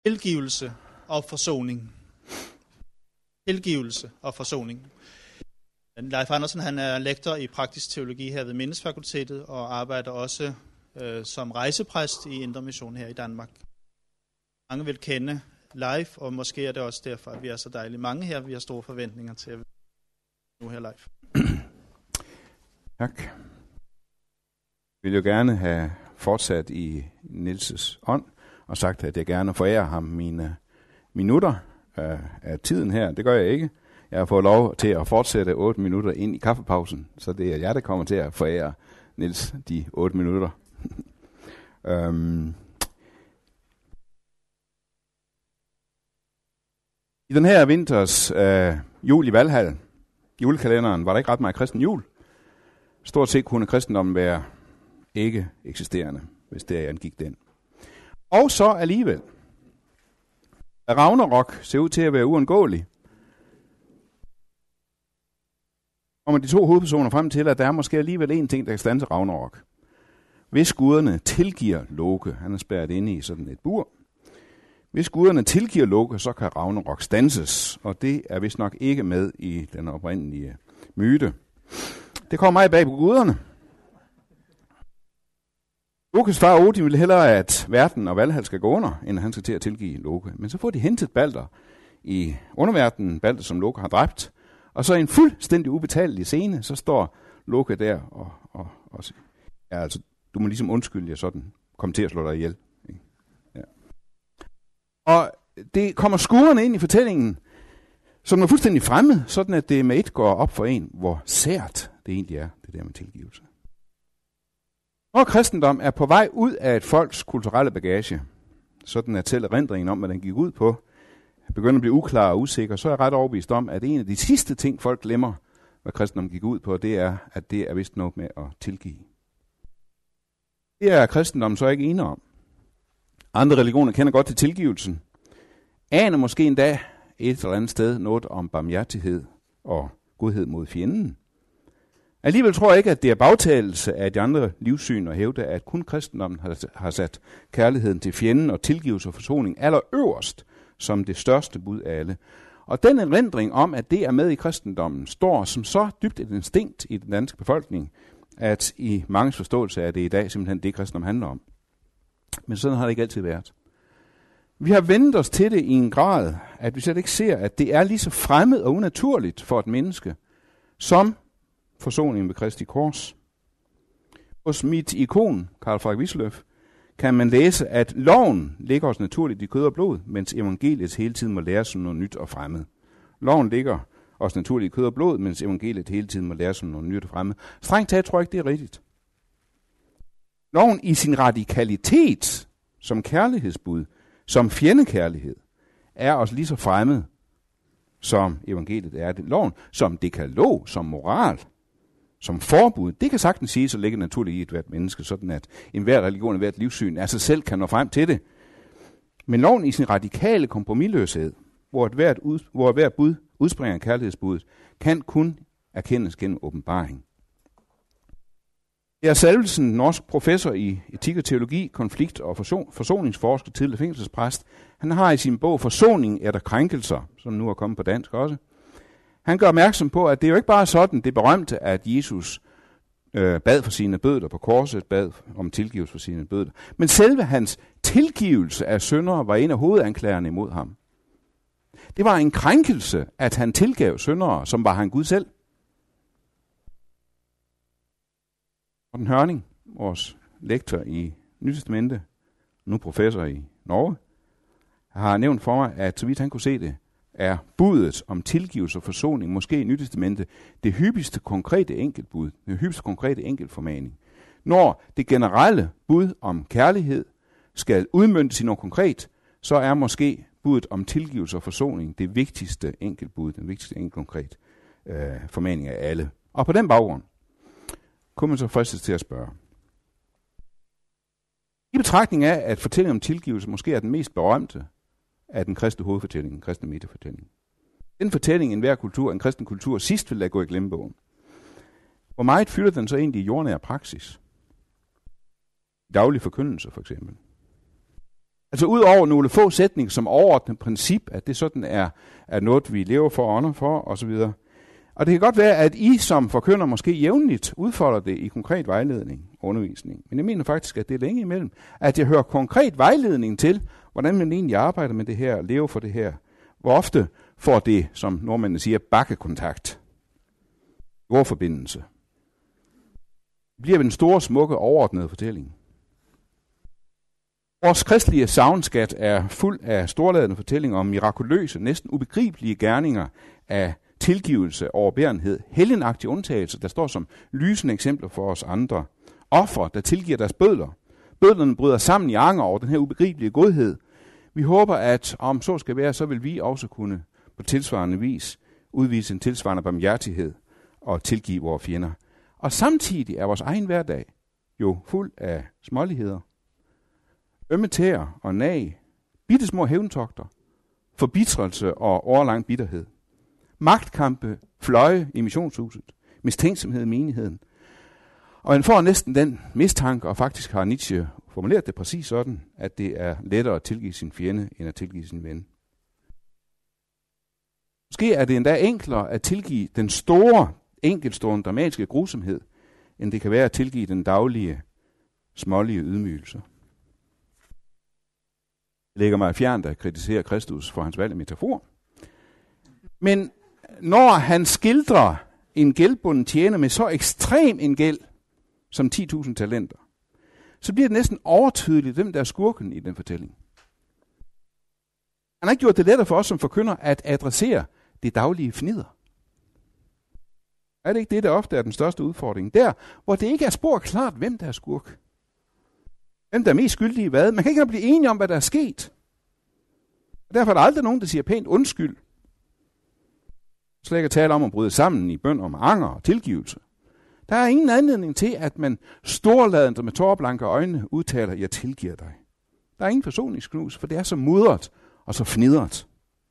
Tilgivelse og forsoning. Tilgivelse og forsoning. Leif Andersen, han er lektor i praktisk teologi her ved Mindesfakultetet og arbejder også som rejsepræst i Indre Mission her i Danmark. Mange vil kende Leif, og måske er det også derfor, at vi er så dejlige mange her. Vi har store forventninger til at være nu her, Leif. Tak. Jeg vil jo gerne have fortsat i Niels' ånd og sagt, at jeg gerne forærer ham mine minutter af tiden her. Det gør jeg ikke. Jeg har fået lov til at fortsætte 8 minutter ind i kaffepausen, så det er jeg, der kommer til at forære Niels de 8 minutter. I den her vinters jul i Valhall, julekalenderen, var der ikke ret meget kristen jul. Stort set kunne kristendommen være ikke eksisterende, hvis det angik den. Og så alligevel. Ragnarok ser ud til at være uundgåelig. Og de 2 hovedpersoner frem til, at der er måske alligevel en ting, der kan standse Ragnarok. Hvis guderne tilgiver Loke, han er spærret inde i sådan et bur. Hvis guderne tilgiver Loke, så kan Ragnarok standses. Og det er vist nok ikke med i den oprindelige myte. Det kommer meget bag på guderne. Lokes far Odin vil hellere, at verden og Valhall skal gå under, end han skal til at tilgive Loke. Men så får de hentet Balder i underverdenen, Balder som Loke har dræbt. Og så i en fuldstændig ubetalelig scene, så står Loke der og siger, ja, altså, du må ligesom undskylde, jeg sådan kom til at slå dig ihjel. Ja. Og det kommer skuerne ind i fortællingen, som er fuldstændig fremmed, sådan at det med et går op for en, hvor sært det egentlig er, det der med tilgivelse. Når kristendom er på vej ud af et folks kulturelle bagage, sådan at selv erindringen om, hvad den gik ud på, begynder at blive uklar og usikker, så er jeg ret overbevist om, at en af de sidste ting, folk glemmer, hvad kristendom gik ud på, det er, at det er vist noget med at tilgive. Det er kristendom så ikke enig om. Andre religioner kender godt til tilgivelsen. Aner måske endda et eller andet sted noget om barmhjertighed og godhed mod fjenden. Alligevel tror jeg ikke, at det er bagtagelse af de andre livssyn at hævde, at kun kristendommen har sat kærligheden til fjenden og tilgivelse og forsoning allerøverst som det største bud af alle. Og den erindring om, at det er med i kristendommen, står som så dybt et instinkt i den danske befolkning, at i manges forståelse er det i dag simpelthen det, kristendom handler om. Men sådan har det ikke altid været. Vi har vendt os til det i en grad, at vi slet ikke ser, at det er lige så fremmed og unaturligt for et menneske, som forsoningen ved Kristi kors. Hos mit ikon, Karl Frederik Wisløff, kan man læse, at loven ligger os naturligt i kød og blod, mens evangeliet hele tiden må læres som noget nyt og fremmed. Loven ligger os naturligt i kød og blod, mens evangeliet hele tiden må læres som noget nyt og fremmed. Strengt taget tror jeg ikke, det er rigtigt. Loven i sin radikalitet som kærlighedsbud, som fjendekærlighed, er os lige så fremmed, som evangeliet er det. Loven som dekalog, som moral, som forbud, det kan sagtens sige, så ligger naturligt i et hvert menneske, sådan at enhver religion og hvert livssyn af sig selv kan nå frem til det. Men loven i sin radikale kompromisløshed, hvor hvert bud udspringer af kærlighedsbuddet, kan kun erkendes gennem åbenbaring. Erik Salvesen, norsk professor i etik og teologi, konflikt- og forsoningsforsker, tidligere fængselspræst, han har i sin bog Forsoning efter krænkelser, som nu er kommet på dansk også, han gør opmærksom på, at det er jo ikke bare sådan, det berømte, at Jesus bad for sine bødler på korset, bad om tilgivelse for sine bødler. Men selve hans tilgivelse af syndere var en af hovedanklagerne imod ham. Det var en krænkelse, at han tilgav syndere, som var han Gud selv. Morten Hørning, vores lektor i Nye Testamente, nu professor i Norge, har nævnt for mig, at så vidt han kunne se det, er budet om tilgivelse og forsoning, måske i Nye Testamente, det hyppigste konkrete enkeltbud, det hyppigste konkrete enkeltformaning. Når det generelle bud om kærlighed skal udmøntes i noget konkret, så er måske budet om tilgivelse og forsoning det vigtigste enkeltbud, den vigtigste enkeltkonkret formaning af alle. Og på den baggrund kunne man så fristes til at spørge. I betragtning af, at fortællingen om tilgivelse måske er den mest berømte af den kristne hovedfortælling, den kristne midterfortælling. Den fortælling, enhver kultur, en kristen kultur, sidst vil lade gå i glemmebogen. Hvor meget fylder den så egentlig i jordnær praksis? Daglig forkyndelse, for eksempel. Altså ud over nogle få sætninger som overordnet princip, at det sådan er noget, vi lever for og ånder for, osv. Og det kan godt være, at I som forkynder måske jævnligt udfolder det i konkret vejledning og undervisning. Men jeg mener faktisk, at det er længe imellem, at jeg hører konkret vejledning til, hvordan man egentlig arbejder med det her og lever for det her. Hvor ofte får det, som nordmændene siger, bakkekontakt. Jordforbindelse. Det bliver den store, smukke, overordnede fortælling. Vores kristelige sagnskat er fuld af storladende fortællinger om mirakuløse, næsten ubegribelige gerninger af tilgivelse, overbærenhed, helgenagtige undtagelser, der står som lysende eksempler for os andre. Ofre, der tilgiver deres bødler. Bødlerne bryder sammen i anger over den her ubegribelige godhed. Vi håber, at om så skal være, så vil vi også kunne på tilsvarende vis udvise en tilsvarende barmhjertighed og tilgive vores fjender. Og samtidig er vores egen hverdag jo fuld af småligheder, ømme tæer og nag, bittesmå hævntogter, forbitrelse og årelang bitterhed, magtkampe, fløje i missionshuset, mistænksomhed i menigheden. Og man får næsten den mistanke, og faktisk har Nietzsche formuleret det præcis sådan, at det er lettere at tilgive sin fjende, end at tilgive sin ven. Måske er det endda enklere at tilgive den store, enkeltstående, dramatiske grusomhed, end det kan være at tilgive den daglige, smålige ydmygelse. Det ligger mig fjernt at kritisere Kristus for hans valg af metafor. Men når han skildrer en gældbunden tjener med så ekstrem en gæld som 10.000 talenter, så bliver det næsten overtydeligt, hvem der er skurken i den fortælling. Han har ikke gjort det lettere for os som forkynder at adressere det daglige fnider. Er det ikke det, der ofte er den største udfordring? Der, hvor det ikke er spor klart, hvem der er skurk. Hvem der er mest skyldig i hvad. Man kan ikke blive enige om, hvad der er sket. Og derfor er der aldrig nogen, der siger pænt undskyld. Slet ikke at tale om at bryde sammen i bøn om anger og tilgivelse. Der er ingen anledning til, at man storladent med tåreblanke øjne udtaler, jeg tilgiver dig. Der er ingen forsoningsknus, for det er så mudret og så fnidret.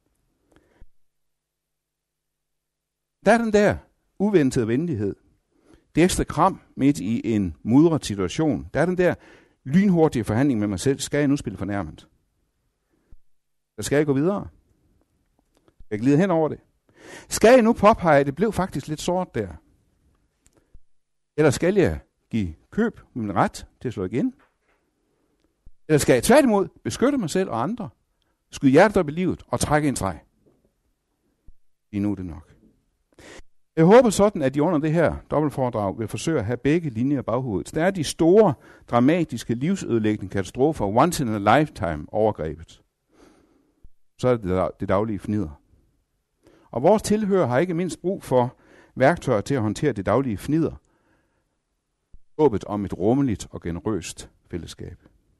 Der er den der uventede venlighed. Det ekstra kram midt i en mudret situation. Der er den der lynhurtige forhandling med mig selv. Skal jeg nu spille fornærmet? Eller skal jeg gå videre? Skal jeg glide hen over det? Skal jeg nu påpege, at det blev faktisk lidt sort der? Eller skal jeg give køb med min ret til at slå igen? Eller skal jeg tværtimod beskytte mig selv og andre, skyde hjertet op i livet og trække en streg? Lige nu er det nok. Jeg håber sådan, at de under det her dobbeltforedrag vil forsøge at have begge linjer i baghovedet. Der er de store, dramatiske, livsødelæggende katastrofer, once in a lifetime overgrebet. Så er det det daglige fnider. Og vores tilhører har ikke mindst brug for værktøjer til at håndtere det daglige fnider. Håbet om et rummeligt og generøst fællesskab.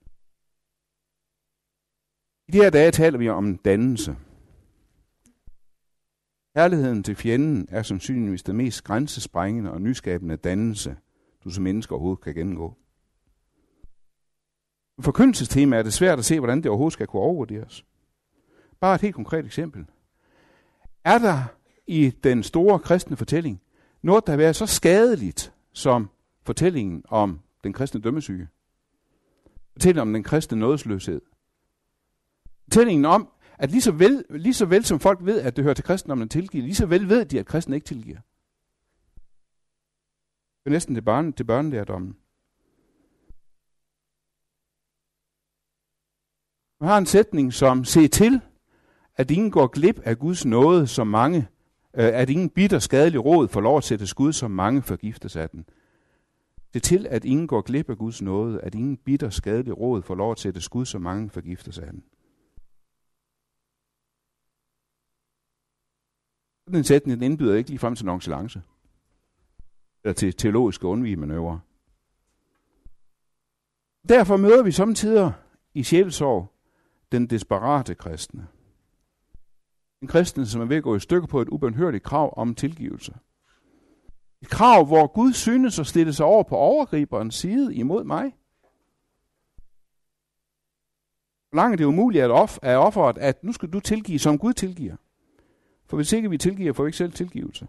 I de her dage taler vi om dannelse. Kærligheden til fjenden er sandsynligvis den mest grænsesprængende og nyskabende dannelse, du som menneske overhovedet kan gennemgå. For forkyndelsestema er det svært at se, hvordan det overhovedet skal kunne overvurderes. Bare et helt konkret eksempel. Er der i den store kristne fortælling noget, der har været så skadeligt som fortællingen om den kristne dømmesyge? Fortællingen om den kristne nådesløshed? Fortællingen om, at lige så vel som folk ved, at det hører til kristendommen at tilgive, lige så vel ved de, at kristne ikke tilgiver. Det er næsten til børnelærdommen. Man har en sætning som, se til, at ingen går glip af Guds nåde, som mange, at ingen bitter skadelig råd får lov at sætte skud, som mange forgiftes af den. Se til, at ingen går glip af Guds nåde, at ingen bitter skadelig råd får lov at sætte skud, som mange forgiftes af den. Den sætning indbyder ikke lige frem til nonchalance. Eller til teologiske undvigemanøvrer. Derfor møder vi samtidig i sjælsorg den desperate kristne. En kristne, som er ved at gå i stykker på et ubønhørligt krav om tilgivelse. Et krav, hvor Gud synes at stille sig over på overgriberens side imod mig. Forlanger det umuligt af offeret, at nu skal du tilgive, som Gud tilgiver. For hvis ikke vi tilgiver, får vi ikke selv tilgivelse.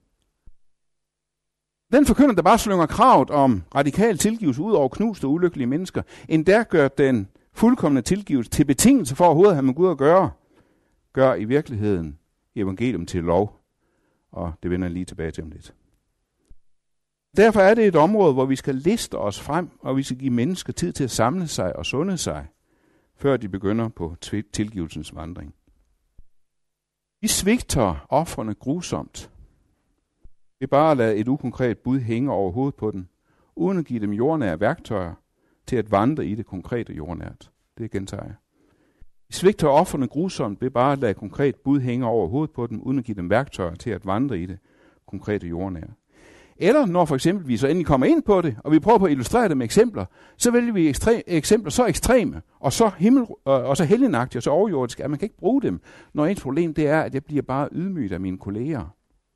Den forkynder, der bare slynger kravet om radikal tilgivelse ud over knuste og ulykkelige mennesker, endda gør den fuldkomne tilgivelse til betingelse for overhovedet at have med Gud at gøre, gør i virkeligheden evangelium til lov. Og det vender jeg lige tilbage til om lidt. Derfor er det et område, hvor vi skal liste os frem, og vi skal give mennesker tid til at samle sig og sunde sig, før de begynder på tilgivelsens vandring. Vi svigter ofrene grusomt. Det er bare at lade et ukonkret bud hænge over hovedet på dem, uden at give dem jordnære værktøjer til at vandre i det konkrete jordnært. Det gentager jeg. Vi svigter ofrene grusomt ved bare at lade et konkret bud hænge over hovedet på dem, uden at give dem værktøjer til at vandre i det konkrete jordnære. Eller når for eksempel vi så endelig kommer ind på det, og vi prøver på at illustrere det med eksempler, så vælger vi eksempler så ekstreme, og så helgenagtige, og så overjordiske, at man kan ikke bruge dem, når ens problem det er, at jeg bliver bare ydmyget af mine kolleger.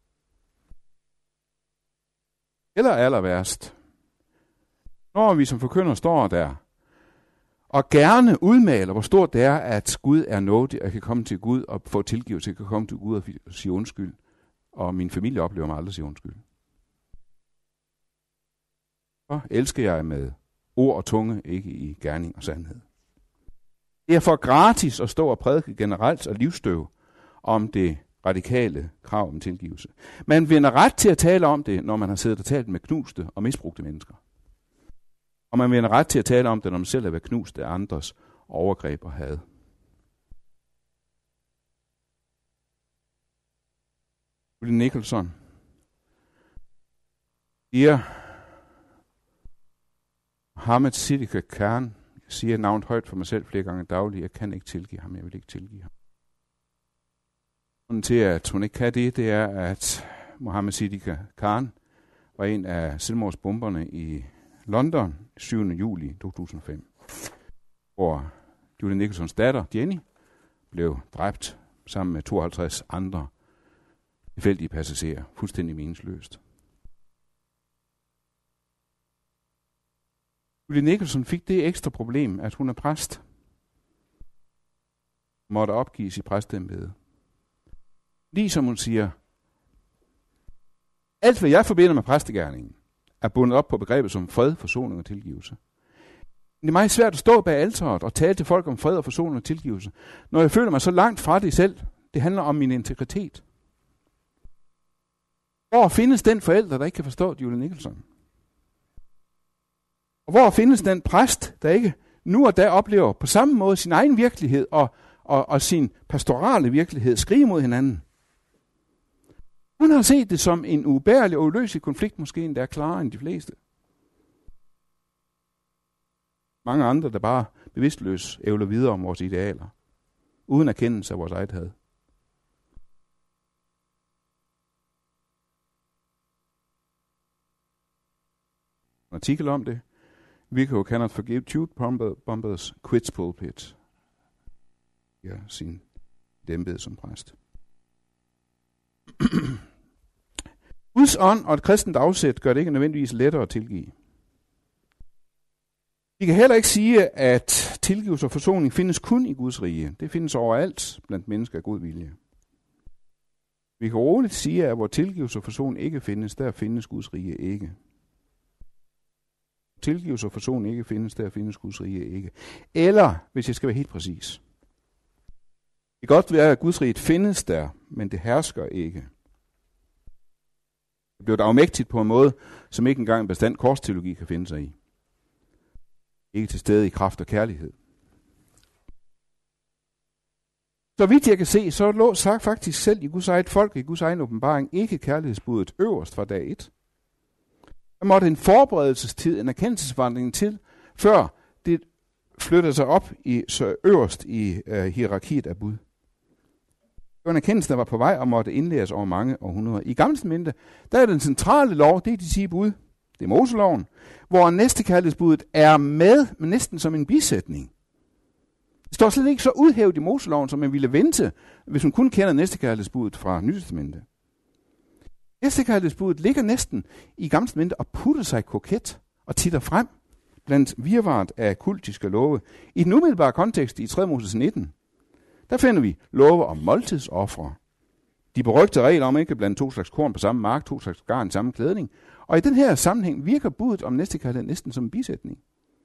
Eller aller værst, når vi som forkynder står der, og gerne udmaler, hvor stort det er, at Gud er nådig, og kan komme til Gud og få tilgivelse, jeg kan komme til Gud og sige undskyld, og min familie oplever mig aldrig at sige undskyld. Så elsker jeg med ord og tunge, ikke i gerning og sandhed. Det er for gratis at stå og prædike generelt og livsstøv om det radikale krav om tilgivelse. Man vinder ret til at tale om det, når man har siddet og talt med knuste og misbrugte mennesker. Og man vinder ret til at tale om det, når man selv har været knust af andres overgreb og had. Julie Nicholson siger, Mohammed Siddique Khan, jeg siger navnet højt for mig selv flere gange dagligt, jeg kan ikke tilgive ham, jeg vil ikke tilgive ham. Grunden til, at hun ikke kan det er, at Mohammed Siddique Khan var en af selvmordsbomberne i London 7. juli 2005, hvor Julie Nicholsons datter, Jenny, blev dræbt sammen med 52 andre tilfældige passagerer, fuldstændig meningsløst. Julie Nicholson fik det ekstra problem, at hun er præst. Måtte opgive sit præstembede. Ligesom hun siger, alt hvad jeg forbinder med præstegerningen, er bundet op på begrebet som fred, forsoning og tilgivelse. Det er meget svært at stå bag alteret og tale til folk om fred og forsoning og tilgivelse, når jeg føler mig så langt fra det selv. Det handler om min integritet. Hvor findes den forælder, der ikke kan forstå Julie Nicholson? Og hvor findes den præst, der ikke nu og da oplever på samme måde sin egen virkelighed og sin pastorale virkelighed skrige mod hinanden? Hun har set det som en ubærlig og uløselig konflikt, måske endda klarere end de fleste. Mange andre, der bare bevidstløst ævler videre om vores idealer, uden erkendelse af vores eget had. En artikel om det. Vico cannot forgive two bombers, quits pulpit. Ja, sin embede som præst. Guds ånd og et kristent afsæt gør det ikke nødvendigvis lettere at tilgive. Vi kan heller ikke sige, at tilgivelse og forsoning findes kun i Guds rige. Det findes overalt blandt mennesker af god vilje. Vi kan roligt sige, at hvor tilgivelse og forsoning ikke findes, der findes Guds rige ikke. Tilgivelse og forsoning ikke findes, der findes Guds rige ikke. Eller, hvis jeg skal være helt præcis. Det kan godt være, at Guds rige findes der, men det hersker ikke. Det bliver afmægtigt på en måde, som ikke engang en bestand korsteologi kan finde sig i. Ikke til stede i kraft og kærlighed. Så vidt jeg kan se, så lå sagt faktisk selv i Guds eget folk, i Guds egen åbenbaring, ikke kærlighedsbuddet øverst fra dag 1. Der måtte en forberedelsestid, en erkendelsesvandring til, før det flyttede sig op så øverst i hierarkiet af bud. Det var en erkendelse, der var på vej og måtte indlæres over mange århundreder. I Gamle Testamente, der er den centrale lov, det er de 10 bud. Det er Moseloven, hvor næstekærlighedsbuddet er med, men næsten som en bisætning. Det står slet ikke så udhævet i Moseloven, som man ville vente, hvis man kun kender næstekærlighedsbuddet fra Nye Testamente. Næstekærlighedsbuddet ligger næsten i Gamle Testamente og putter sig koket og titter frem blandt virvaret af kultiske love. I den umiddelbare kontekst i 3. Moses 19, der finder vi love om måltidsofre. De berygte regler om ikke blandt 2 slags korn på samme mark, 2 slags garn i samme klædning. Og i den her sammenhæng virker budet om næstekærlighed næsten som en bisætning.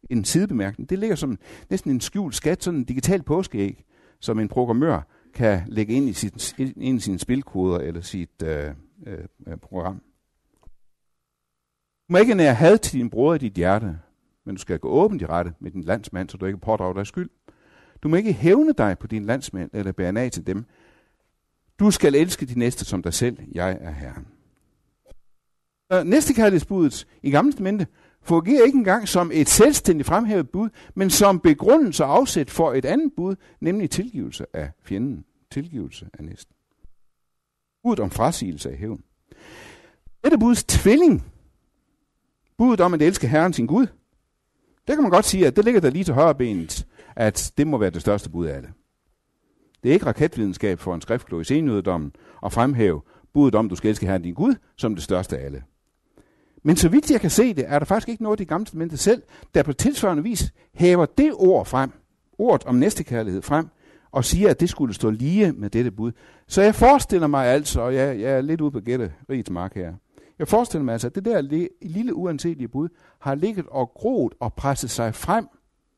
en sidebemærkning. Det ligger som næsten en skjult skat, sådan en digital påskeæg, som en programmør kan lægge ind i sine spilkoder eller sit program. Du må ikke nære had til din bror i dit hjerte, men du skal gå åbent i rette med din landsmand, så du ikke pådrager dig skyld. Du må ikke hævne dig på din landsmænd eller bære nag til dem. Du skal elske de næste som dig selv. Jeg er Herren. Næstekærlighedsbuddet i Gamle Testamente fungerer ikke engang som et selvstændigt fremhævet bud, men som begrundelse og afsæt for et andet bud, nemlig tilgivelse af fjenden, tilgivelse af næsten. Budet om frasigelse af hævn. Dette buds tvilling, budet om at elske Herren sin Gud, det kan man godt sige, at det ligger der lige til højre benet, at det må være det største bud af det. Det er ikke raketvidenskab for en skriftklog i senjødedommen at fremhæve budet om, du skal elske Herren din Gud, som det største af alle. Men så vidt jeg kan se det, er der faktisk ikke noget i Det Gamle Testamente selv, der på tilsvarende vis hæver det ord frem, ordet om næstekærlighed frem, og siger, at det skulle stå lige med dette bud. Så jeg forestiller mig altså, og jeg er lidt ude på gætterigets mark her, jeg forestiller mig altså, at det der lille uanselige bud har ligget og groet og presset sig frem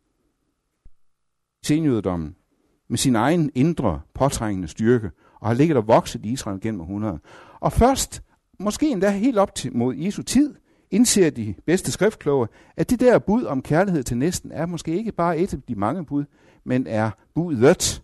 i senjødedommen med sin egen indre påtrængende styrke, og har ligget og vokset i Israel gennem århundreder. Og først, måske endda helt op til mod Jesu tid, indser de bedste skriftkloge, at det der bud om kærlighed til næsten er måske ikke bare et af de mange bud, men er budet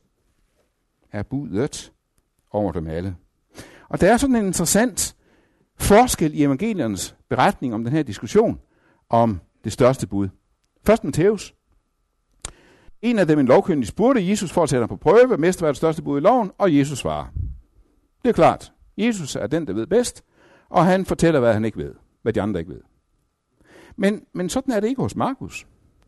over dem alle. Og der er sådan en interessant forskel i evangeliernes beretning om den her diskussion om det største bud. Først Matthæus. En af dem, en lovkyndig, spurgte Jesus for at sætte ham på prøve, mester, hvad er det største bud i loven, og Jesus svarer. Det er klart, Jesus er den, der ved bedst, og han fortæller, hvad han ikke ved, hvad de andre ikke ved. Men sådan er det ikke hos Markus.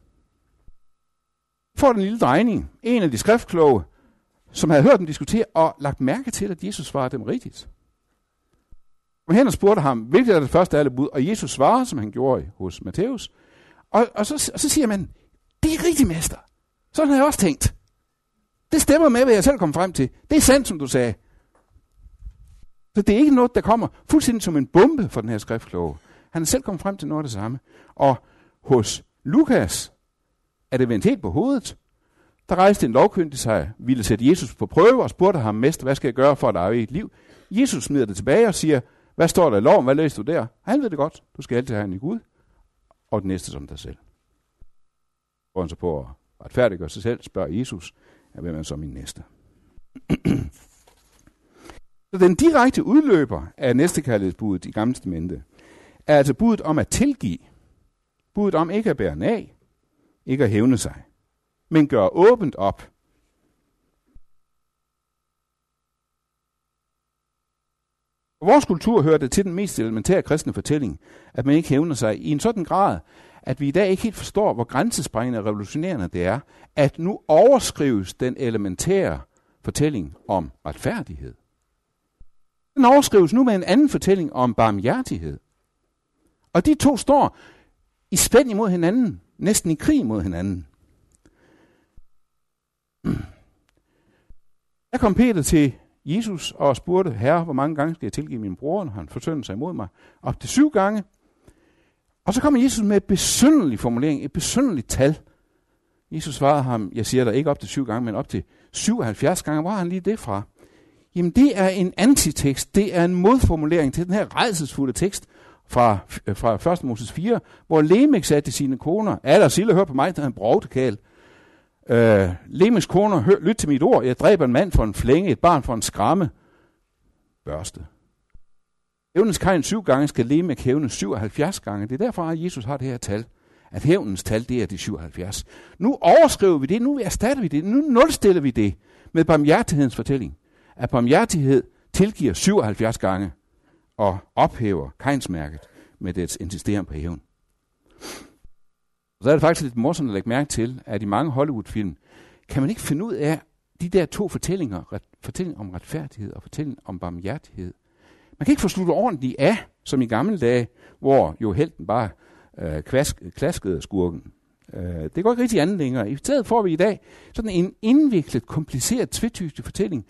Får den lille drejning, en af de skriftkloge, som havde hørt dem diskutere og lagt mærke til, at Jesus svarede dem rigtigt. Og hen og spurgte ham, hvilket er det første af alle bud, og Jesus svarer, som han gjorde hos Matthæus. Og så siger man, det er rigtigt, mester. Sådan har jeg også tænkt. Det stemmer med, hvad jeg selv kom frem til. Det er sandt, som du sagde. Så det er ikke noget, der kommer fuldstændig som en bombe for den her skriftkloge. Han er selv kommet frem til noget af det samme. Og hos Lukas er det vendt helt på hovedet. Der rejste en lovkyndig sig, ville sætte Jesus på prøve og spurgte ham, mester, hvad skal jeg gøre for at arve et liv? Jesus smider det tilbage og siger, hvad står der i loven? Hvad læser du der? Han ved det godt. Du skal altid have en i Gud, og den næste som dig selv. Går han så på at retfærdiggøre sig selv, spørger Jesus, hvem er så min næste? Så den direkte udløber af næstekærlighedsbudet i Gamle Testamente er altså budet om at tilgive. Budet om ikke at bære nag, ikke at hævne sig, men gøre åbent op. For vores kultur hører det til den mest elementære kristne fortælling, at man ikke hævner sig i en sådan grad, at vi i dag ikke helt forstår, hvor grænsesprængende og revolutionerende det er, at nu overskrives den elementære fortælling om retfærdighed. Den overskrives nu med en anden fortælling om barmhjertighed. Og de to står i spænd imod hinanden, næsten i krig mod hinanden. Der kom Peter til Jesus og spurgte, Herre, hvor mange gange skal jeg tilgive min bror, når han forsønder sig imod mig? Op til 7 gange. Og så kommer Jesus med et besynderlig formulering, et besynderligt tal. Jesus svarede ham, jeg siger der ikke op til 7 gange, men op til 77 gange. Hvor har han lige det fra? Jamen det er en antitekst, det er en modformulering til den her rædselsfulde tekst fra 1. Moses 4, hvor Lemek sagde til sine koner, Aller Sille, hør på mig, der er en brovtekal. Lemeks koner, lyt til mit ord, jeg dræber en mand for en flænge, et barn for en skramme. Børste. Hævnens kegn 7 gange skal Lemek hævne 77 gange. Det er derfor, at Jesus har det her tal. At hævnens tal, det er de 77. Nu overskriver vi det, nu erstatter vi det, nu nulstiller vi det med barmhjertighedens fortælling. At barmhjertighed tilgiver 77 gange og ophæver kegnsmærket med dets insisteren på hævn. Så er det faktisk lidt morsomt at lægge mærke til, at i mange Hollywood-film kan man ikke finde ud af de der to fortællinger, fortælling om retfærdighed og fortælling om barmhjertighed. Man kan ikke få sluttet ordentligt af, som i gamle dage, hvor jo helten bare klaskede skurken. Det går ikke rigtig andet længere. I stedet får vi i dag sådan en indviklet, kompliceret, tvetydig fortælling,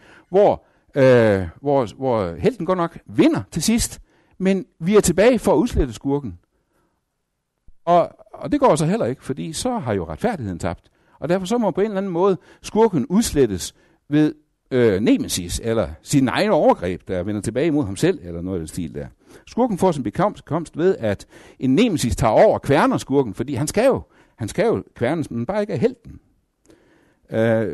hvor helten godt nok vinder til sidst, men vi er tilbage for at udslette skurken. Og det går så heller ikke, fordi så har jo retfærdigheden tabt. Og derfor så må på en eller anden måde skurken udslettes ved nemesis, eller sin egen overgreb, der vender tilbage imod ham selv, eller noget af den stil der. Skurken får sin bekomst ved, at en nemesis tager over og kværner skurken, fordi han skal jo kværnes, men bare ikke er helten. Jeg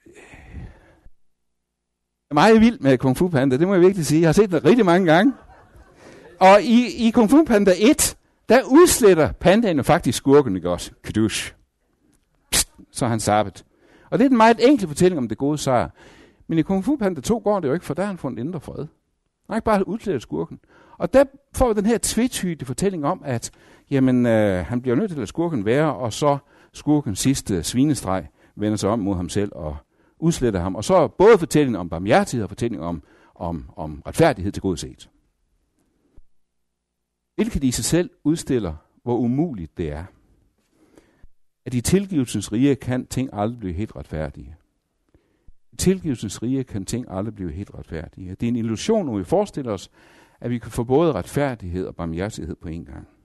er meget vild med Kung Fu Panda, det må jeg virkelig sige. Jeg har set det rigtig mange gange. Og i Kung Fu Panda 1, der udsletter pandaen faktisk skurken, ikke også? Kadush. Så er han sabbet. Og det er den meget enkle fortælling om det gode sejr. Men i Kung Fu Panda 2 går det jo ikke, for der har han fundet indre fred. Han har ikke bare udslettet skurken. Og der får vi den her tvetydige fortælling om, at jamen, han bliver nødt til at lade skurken være, og så skurkens sidste svinestreg vender sig om mod ham selv og udsletter ham. Og så både fortællingen om barmhjertighed og fortællingen om retfærdighed til god set. Hvilket i sig selv udstiller, hvor umuligt det er. At i tilgivelsens rige kan ting aldrig blive helt retfærdige. I tilgivelsens rige kan ting aldrig blive helt retfærdige. Det er en illusion, når vi forestiller os, at vi kan få både retfærdighed og barmhjertighed på en gang.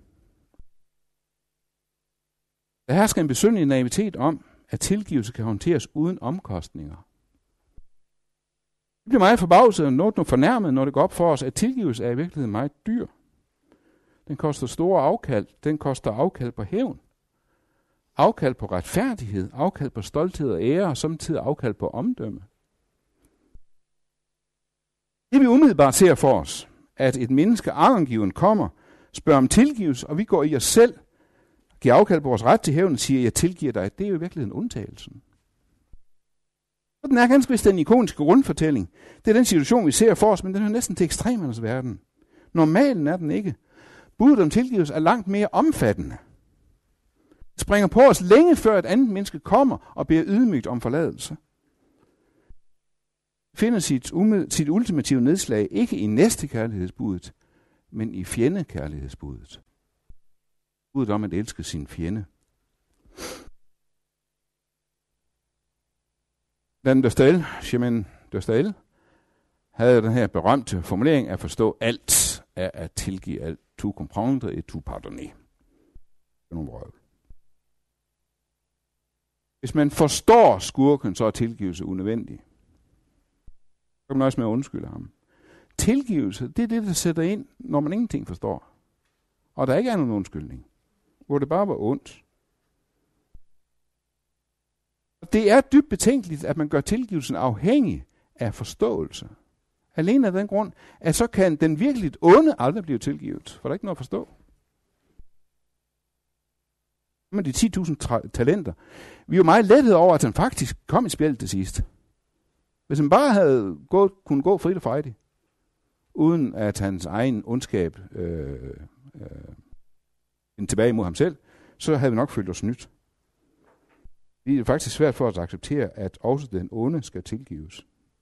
Der hersker en besynderlig naivitet om, at tilgivelse kan håndteres uden omkostninger. Vi bliver meget forbavset og noget fornærmet, når det går op for os, at tilgivelse er i virkeligheden meget dyr. Den koster store afkald. Den koster afkald på hævn. Afkald på retfærdighed. Afkald på stolthed og ære. Og samtidig afkald på omdømme. Det vi umiddelbart ser for os, at et menneske angiven kommer, spørger om tilgivelse, og vi går i os selv, giver afkald på vores ret til hævn og siger, jeg tilgiver dig. Det er jo i virkeligheden undtagelsen. Og den er ganske vist den ikoniske grundfortælling. Det er den situation, vi ser for os, men den er næsten til ekstremernes verden. Normalen er den ikke. Budet om tilgivelse er langt mere omfattende. Det springer på os længe før et andet menneske kommer og beder ydmygt om forladelse. Det finder sit ultimative nedslag ikke i næstekærlighedsbudet, men i fjendekærlighedsbudet. Budet om at elske sin fjende. Dan Dostoevsky havde den her berømte formulering at forstå alt er at tilgive alt. Tout comprendre et tout pardonner. Hvis man forstår skurken, så er tilgivelse unødvendig. Så kan man også med at undskylde ham. Tilgivelse, det er det, der sætter ind, når man ingenting forstår. Og der ikke er nogen undskyldning. Hvor det bare var ondt. Det er dybt betænkeligt, at man gør tilgivelsen afhængig af forståelse. Alene af den grund, at så kan den virkelig onde aldrig blive tilgivet. For der er ikke noget at forstå. Men de 10.000 talenter. Vi er jo meget lettet over, at han faktisk kom i spjældet til sidst. Hvis han bare havde kunne gå frit og frejdigt, uden at hans egen ondskab tilbage imod ham selv, så havde vi nok følt os snydt. Det er faktisk svært for os at acceptere, at også den onde skal tilgives.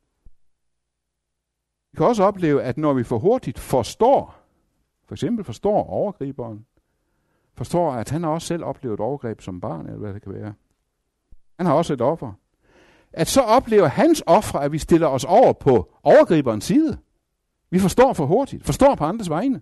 Vi kan også opleve, at når vi for hurtigt forstår, for eksempel forstår overgriberen, forstår, at han har også selv oplevet overgreb som barn, eller hvad det kan være. Han har også et offer. At så oplever hans ofre, at vi stiller os over på overgriberens side. Vi forstår for hurtigt, forstår på andres vegne.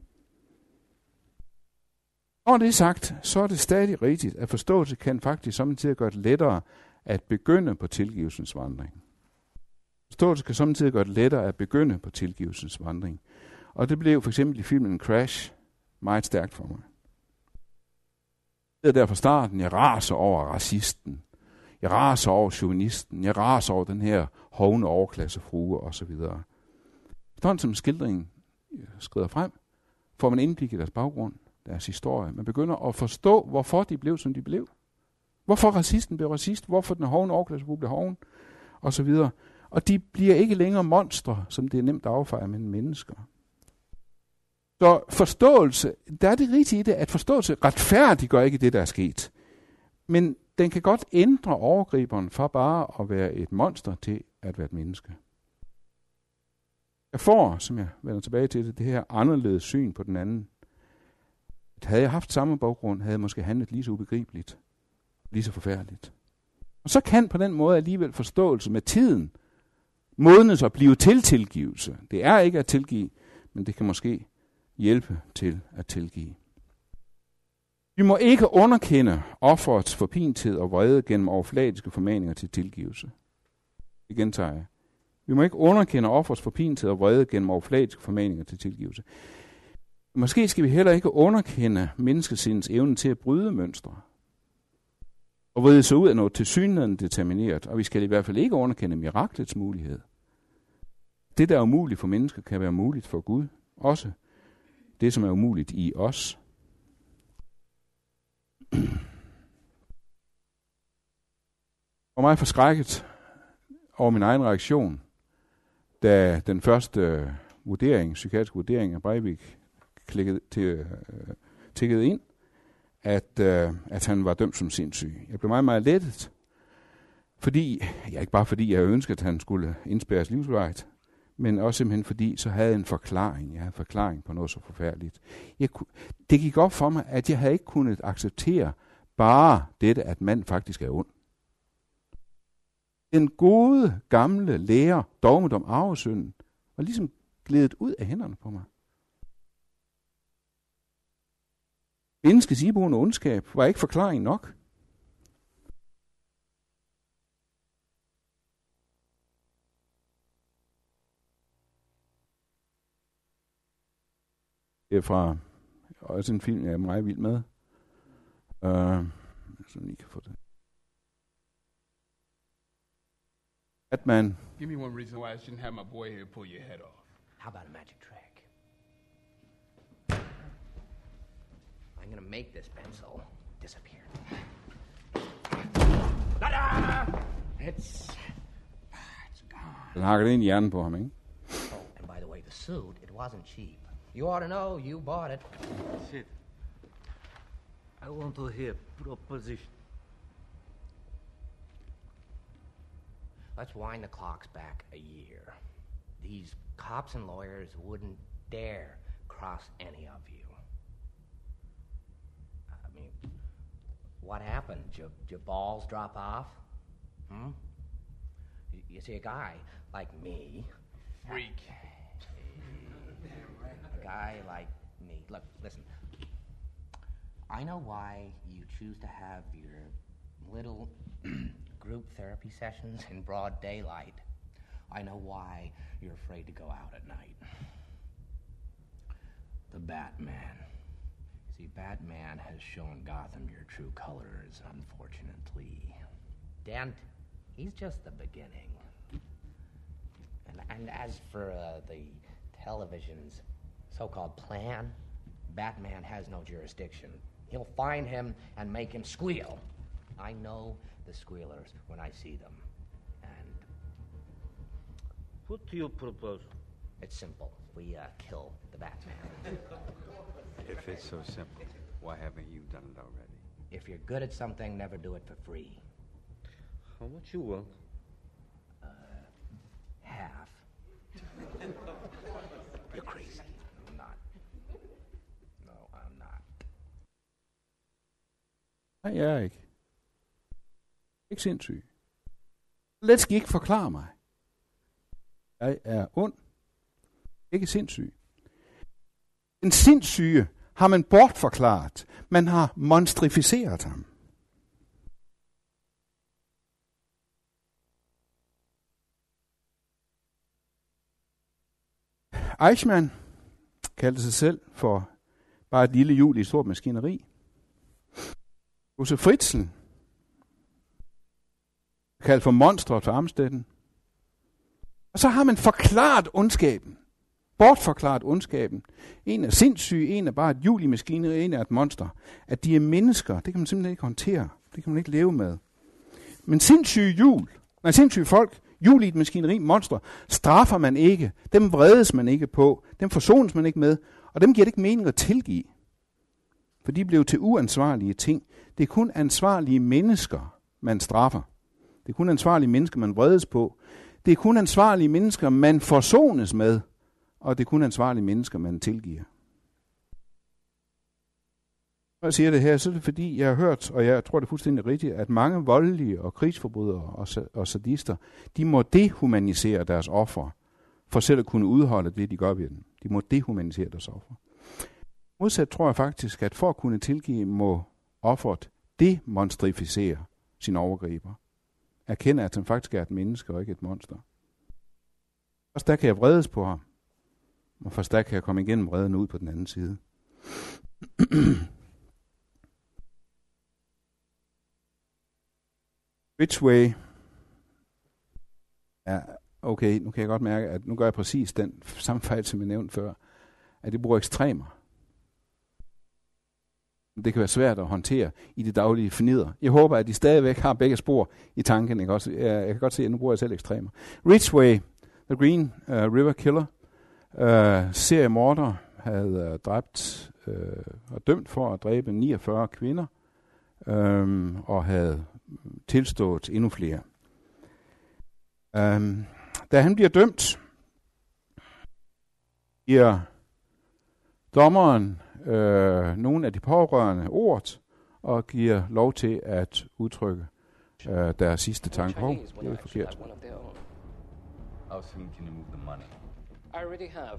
Når det er sagt, så er det stadig rigtigt, at forståelse kan faktisk samtidig gøre det lettere at begynde på tilgivelsens vandring. Forståelse kan samtidig gøre det lettere at begynde på tilgivelsens vandring. Og det blev for eksempel i filmen Crash meget stærkt for mig. Det er der fra starten, jeg raser over racisten. Jeg raser over chauvinisten. Jeg raser over den her hovne overklassefrue osv. Sådan som skildringen skrider frem, får man indblik i deres baggrund, deres historie. Man begynder at forstå, hvorfor de blev, som de blev. Hvorfor racisten blev racist, hvorfor den hovne overklassefrue blev hoven, osv. Og de bliver ikke længere monstre, som det er nemt at affeje mellem mennesker. Så forståelse, der er det rigtige i det, at forståelse retfærdiggør ikke det, der er sket. Men den kan godt ændre overgriberen fra bare at være et monster til at være et menneske. Jeg får, som jeg vender tilbage til det her anderledes syn på den anden. Havde jeg haft samme baggrund, havde jeg måske handlet lige så ubegribeligt, lige så forfærdeligt. Og så kan på den måde alligevel forståelse med tiden modnes og blive til tilgivelse. Det er ikke at tilgive, men det kan måske hjælpe til at tilgive. Vi må ikke underkende offerets forpinthed og vrede gennem overfladiske formaninger til tilgivelse. Det gentager jeg. Vi må ikke underkende offerets forpinthed og vrede gennem overfladiske formaninger til tilgivelse. Måske skal vi heller ikke underkende menneskesindets evne til at bryde mønstre og vride sig ud af noget tilsyneladende determineret, og vi skal i hvert fald ikke underkende miraklets mulighed. Det, der er umuligt for mennesker, kan være muligt for Gud. Også det, som er umuligt i os. Og mig forskrækket over min egen reaktion, da den første psykiatrisk vurdering af Breivik tikkede ind, at han var dømt som sindssyg. Jeg blev meget, meget lettet, ikke bare fordi jeg ønskede, at han skulle indspærres livsvarigt, men også simpelthen fordi, så havde jeg en forklaring. Jeg havde en forklaring på noget så forfærdeligt. Det gik op for mig, at jeg havde ikke kunnet acceptere bare dette, at mand faktisk er ond. Den gode, gamle lærer, dogmedom, arvesynden, var ligesom glædet ud af hænderne på mig. Menneskets iboende ondskab var ikke forklaring nok. Det er fra også en film, jeg er meget vild med. Så I kan få det. Batman. Give me one reason why I shouldn't have my boy here pull your head off. How about a magic trick? I'm gonna make this pencil disappear. It's gone. Den hakker det ind i hjernen på ham, ikke? Oh, and by the way, the suit, it wasn't cheap. You ought to know, you bought it. Shit. I want to hear proposition. Let's wind the clocks back a year. These cops and lawyers wouldn't dare cross any of you. I mean, what happened? Did your balls drop off? You see, a guy like me... Freak. A guy like me. Look, listen. I know why you choose to have your little group therapy sessions in broad daylight. I know why you're afraid to go out at night. The Batman. See, Batman has shown Gotham your true colors, unfortunately. Dent, he's just the beginning. And as for the television's so-called plan, Batman has no jurisdiction. He'll find him and make him squeal. I know the squealers when I see them. And What do you propose? it's simple. We kill the Batman. If it's so simple, why haven't you done it already? If you're good at something, never do it for free. How much you want? Half. You're crazy. I'm not. No, I'm not. Nej, jeg er ikke. Ikke sindssyg. Let skal ikke forklare mig. Jeg er ond. Ikke sindssyg. Den sindssyge har man bortforklaret. Man har monstrificeret ham. Eichmann kaldte sig selv for bare et lille hjul i et stort maskineri. Josef Fritzl kaldt for monstret for Amstetten. Og så har man forklaret ondskaben. Bortforklaret ondskaben. En er sindssyg, en er bare et hjul i maskineri, en er et monster. At de er mennesker, det kan man simpelthen ikke håndtere. Det kan man ikke leve med. Men sindssyge folk, hjul i et maskineri, monster, straffer man ikke. Dem vredes man ikke på. Dem forsones man ikke med. Og dem giver det ikke mening at tilgive. For de blev til uansvarlige ting. Det er kun ansvarlige mennesker, man straffer. Det er kun ansvarlige mennesker, man vredes på. Det er kun ansvarlige mennesker, man forsones med. Og det er kun ansvarlige mennesker, man tilgiver. Når jeg siger det her, så er det fordi, jeg har hørt, og jeg tror det er fuldstændig rigtigt, at mange voldelige og krigsforbrydere og sadister, de må dehumanisere deres offer, for selv at kunne udholde det, de gør ved dem. De må dehumanisere deres offer. Modsat tror jeg faktisk, at for at kunne tilgive, må offeret demonstrificere sin overgriber. Erkende, at han faktisk er et menneske og ikke et monster. Først der kan jeg vredes på ham, og først der kan jeg komme igennem vreden ud på den anden side. Ridgway er, okay, nu kan jeg godt mærke, at nu gør jeg præcis den samme fejl, som jeg nævnte før, at det bruger ekstremer. Det kan være svært at håndtere i det daglige fnider. Jeg håber, at de stadigvæk har begge spor i tanken. Jeg kan godt se, at nu bruger jeg selv ekstremer. Ridgway, The Green River Killer, seriemorder, havde dræbt og dømt for at dræbe 49 kvinder, og havde tilstået endnu flere. Da han bliver dømt, giver dommeren nogle af de pårørende ord, og giver lov til at udtrykke deres sidste tanke. Det er forkert. How soon can you move the money? I already have.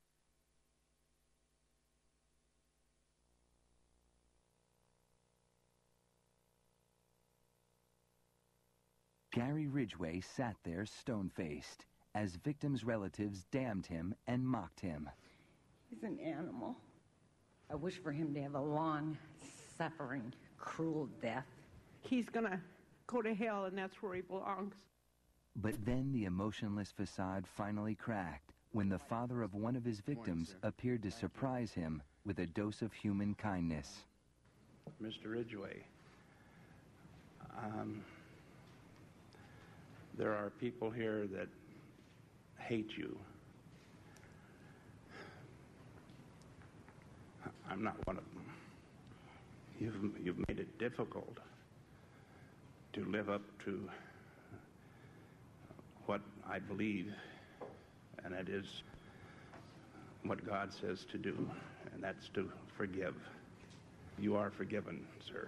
Gary Ridgway sat there stone-faced as victims' relatives damned him and mocked him. He's an animal. I wish for him to have a long, suffering, cruel death. He's gonna go to hell, and that's where he belongs. But then the emotionless facade finally cracked when the father of one of his victims appeared to surprise him with a dose of human kindness. Mr. Ridgway, there are people here that hate you. I'm not one of them. You've made it difficult to live up to what I believe, and that is what God says to do, and that's to forgive. You are forgiven, sir.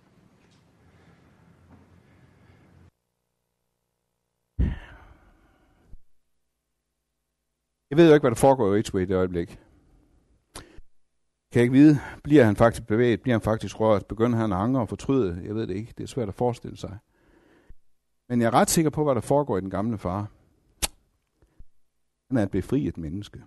Jeg ved jo ikke, hvad der foregår i Ridgway i det øjeblik. Kan jeg ikke vide, bliver han faktisk bevæget, bliver han faktisk rørt, begynder han at angre og fortryde? Jeg ved det ikke, det er svært at forestille sig. Men jeg er ret sikker på, hvad der foregår i den gamle far. Han er at befri et menneske.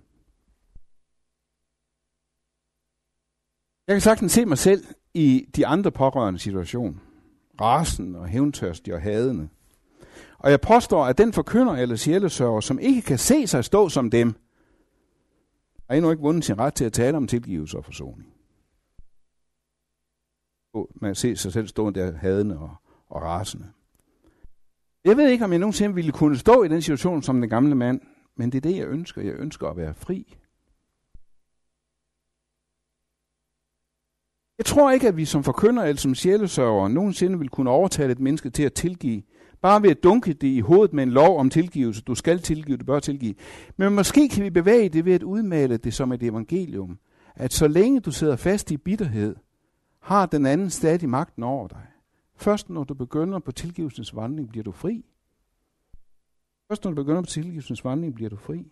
Jeg kan sagtens se mig selv i de andre pårørende situation. Rasen og hævntørstige og hadende. Og jeg påstår, at den forkynder eller sjælesørger, som ikke kan se sig stå som dem, har endnu ikke vundet sin ret til at tale om tilgivelse og forsoning. Man ser sig selv stå der hadende og rasende. Jeg ved ikke, om jeg nogensinde ville kunne stå i den situation som den gamle mand, men det er det, jeg ønsker. Jeg ønsker at være fri. Jeg tror ikke, at vi som forkynder eller som sjælesørger nogensinde vil kunne overtale et menneske til at tilgive, bare ved at dunke det i hovedet med en lov om tilgivelse. Du skal tilgive, du bør tilgive. Men måske kan vi bevæge det ved at udmale det som et evangelium. At så længe du sidder fast i bitterhed, har den anden stadig magten over dig. Først når du begynder på tilgivelsens vandring, bliver du fri. Først når du begynder på tilgivelsens vandring, bliver du fri.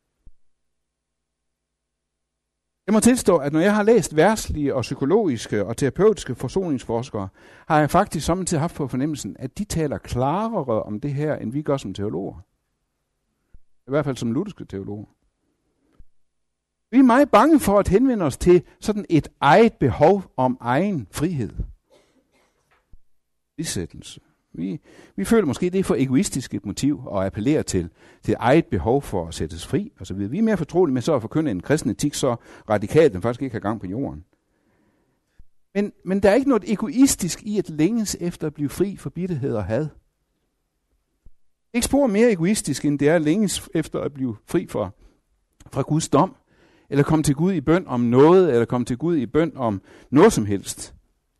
Jeg må tilstå, at når jeg har læst verdslige og psykologiske og terapeutiske forsoningsforskere, har jeg faktisk samtidig haft på fornemmelsen, at de taler klarere om det her, end vi gør som teologer. I hvert fald som lutherske teologer. Vi er meget bange for at henvende os til sådan et eget behov om egen frihed. Frisættelse. Vi føler måske, det er for egoistisk et motiv at appellere til eget behov for at sættes fri og så videre. Vi er mere fortrolige med så at forkynde en kristen etik så radikalt, den faktisk ikke har gang på jorden. Men der er ikke noget egoistisk i at længes efter at blive fri for bitterhed og had. Ikke spor mere egoistisk, end det er at længes efter at blive fri fra Guds dom, eller komme til Gud i bøn om noget, eller komme til Gud i bøn om noget som helst.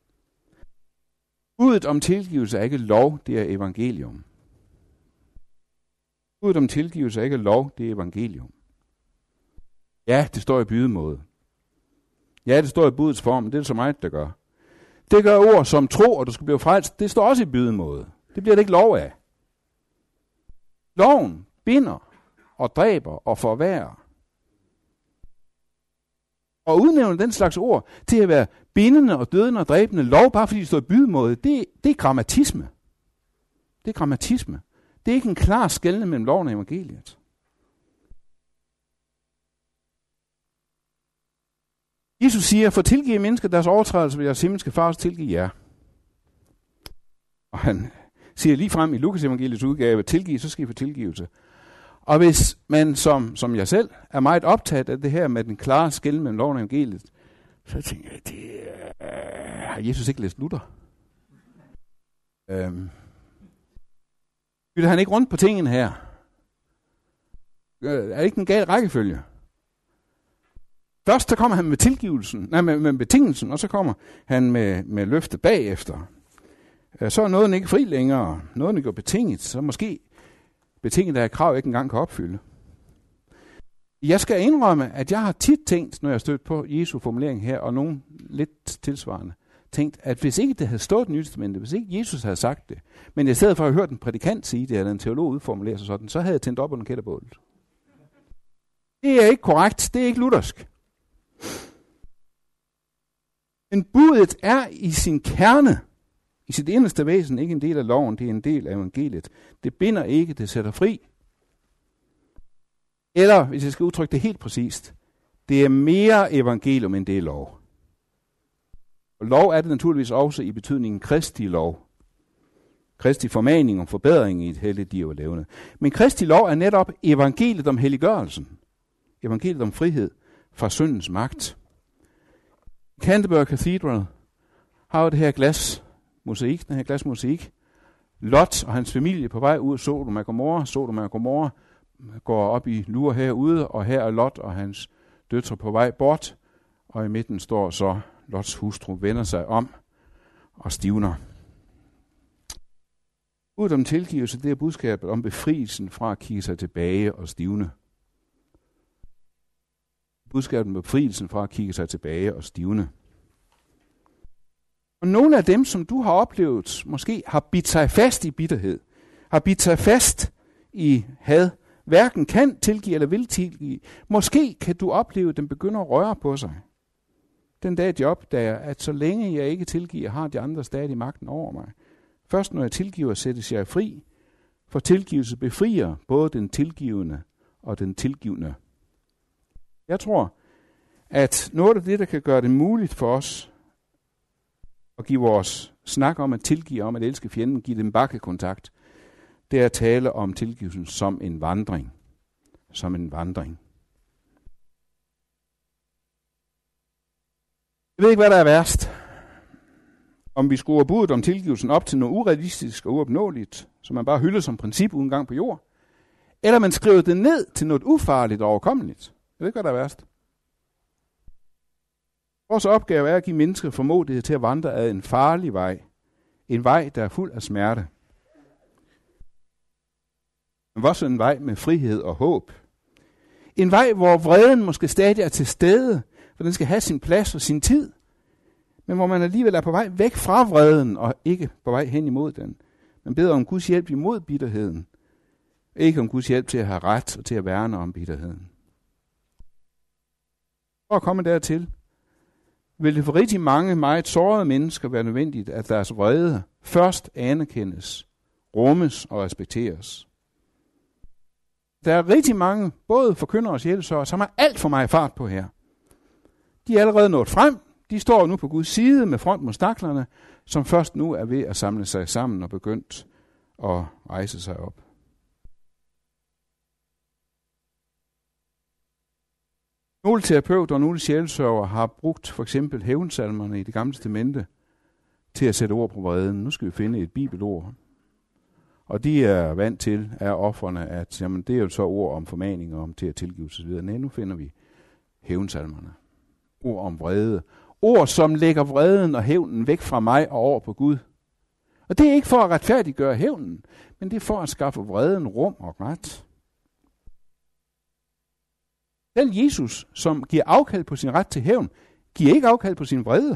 Budet om tilgivelse er ikke lov, det er evangelium. Budet om tilgivelse er ikke lov, det er evangelium. Ja, det står i bydemåde. Ja, det står i budets form, det er så meget, der gør. Det gør ord som tro, og du skal blive frelst. Det står også i bydemåde. Det bliver det ikke lov af. Loven binder og dræber og forværrer. Og udnævne den slags ord til at være bindende og dødende og dræbende lov, bare fordi det står i bydemåde, det er grammatisme. Det er grammatisme. Det er ikke en klar skelne mellem loven og evangeliet. Jesus siger, for tilgive mennesker deres overtrædelser, vil jeres himmelske far også tilgive jer. Og han siger lige frem i Lukas evangeliets udgave, tilgive, så skal I få tilgivelse. Og hvis man, som jeg selv, er meget optaget af det her med den klare skelne mellem loven og evangeliet, så tænker jeg, har Jesus ikke læst Luther? Bytter han ikke rundt på tingene her? Er det ikke en gal rækkefølge? Først så kommer han med tilgivelsen, med betingelsen, og så kommer han med løftet bagefter. Så er nåden ikke fri længere. Nåden er jo betinget, så måske betinget af et krav, jeg ikke engang kan opfylde. Jeg skal indrømme, at jeg har tit tænkt, når jeg har stødt på Jesu formulering her, og nogen lidt tilsvarende, tænkt, at hvis ikke det havde stået i Nye Testamentet, hvis ikke Jesus havde sagt det, men i stedet for at have hørt en prædikant sige det, eller en teolog udformulere sig sådan, så havde jeg tændt op under kætterbålet. Det er ikke korrekt. Det er ikke luthersk. Men budet er i sin kerne, i sit inderste væsen, ikke en del af loven, det er en del af evangeliet. Det binder ikke, det sætter fri. Eller, hvis jeg skal udtrykke det helt præcist, det er mere evangelium, end det er lov. Og lov er det naturligvis også i betydningen Kristi lov. Kristi formaning og forbedring i et helligt liv og levende. Men Kristi lov er netop evangeliet om helliggørelsen. Evangeliet om frihed fra syndens magt. Canterbury Cathedral har jo det her glasmosaik, den her glasmosaik. Lot og hans familie på vej ud af Sodom og Gomorra. Sodom og Gomorra går op i lure herude, og her er Lot og hans døtre på vej bort. Og i midten står så Lots hustru, vender sig om og stivner. Budet om tilgivelse, det er budskabet om befrielsen fra at kigge sig tilbage og stivne. Budskabet om befrielsen fra at kigge sig tilbage og stivne. Og nogle af dem, som du har oplevet, måske har bidt sig fast i bitterhed, har bidt sig fast i had, hverken kan tilgive eller vil tilgive. Måske kan du opleve, at den begynder at røre på sig. Den dag de opdager, at så længe jeg ikke tilgiver, har de andre stadig magten over mig. Først når jeg tilgiver, sættes jeg fri, for tilgivelse befrier både den tilgivende og den tilgivende. Jeg tror, at noget af det, der kan gøre det muligt for os at give vores snak om at tilgive, om at elske fjenden, give dem bakkekontakt, det er at tale om tilgivelsen som en vandring. Som en vandring. Jeg ved ikke, hvad der er værst. Om vi skruer budet om tilgivelsen op til noget urealistisk og uopnåeligt, som man bare hylder som princip uden gang på jord, eller man skriver det ned til noget ufarligt og overkommeligt. Jeg ved ikke, hvad der er værst. Vores opgave er at give mennesker formodighed til at vandre ad en farlig vej. En vej, der er fuld af smerte. Men også en vej med frihed og håb. En vej, hvor vreden måske stadig er til stede, for den skal have sin plads og sin tid. Men hvor man alligevel er på vej væk fra vreden, og ikke på vej hen imod den. Man beder om Guds hjælp imod bitterheden. Ikke om Guds hjælp til at have ret og til at værne om bitterheden. For at komme dertil, vil det for rigtig mange meget sårede mennesker være nødvendigt, at deres vrede først anerkendes, rummes og respekteres. Der er rigtig mange, både forkyndere og sjælesørgere, som har alt for meget fart på her. De er allerede nået frem. De står nu på Guds side med front mod staklerne, som først nu er ved at samle sig sammen og begyndt at rejse sig op. Nogle terapeuter og nogle sjælesørgere har brugt for eksempel hævnsalmerne i Det Gamle Testamente til at sætte ord på vreden. Nu skal vi finde et bibelord. Og de er vant til, er ofrene, at jamen, det er jo så ord om formaning og om til at tilgive osv. Nej, nu finder vi hævnsalmerne. Ord om vrede. Ord, som lægger vreden og hævnen væk fra mig og over på Gud. Og det er ikke for at retfærdiggøre hævnen, men det er for at skaffe vreden rum og ret. Selv Jesus, som giver afkald på sin ret til hævn, giver ikke afkald på sin vrede.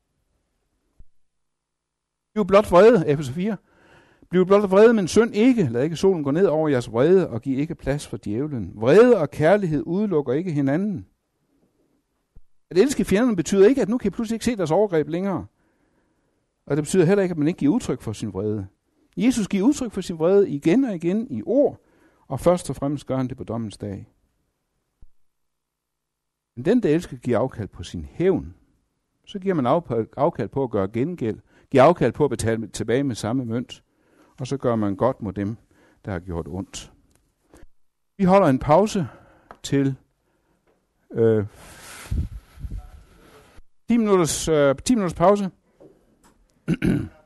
Bliv blot vrede, Efeser 4. Bliv blot vrede, men synd ikke. Lad ikke solen gå ned over jeres vrede, og giv ikke plads for djævlen. Vrede og kærlighed udelukker ikke hinanden. At elske fjenderne betyder ikke, at nu kan I pludselig ikke se deres overgreb længere. Og det betyder heller ikke, at man ikke giver udtryk for sin vrede. Jesus giver udtryk for sin vrede igen og igen i ord, og først og fremmest gør han det på dommens dag. Men den, der elsker, giver afkald på sin hævn. Så giver man afkald på at gøre gengæld, giver afkald på at betale tilbage med samme mønt, og så gør man godt mod dem, der har gjort ondt. Vi holder en pause til 10 minutters pause.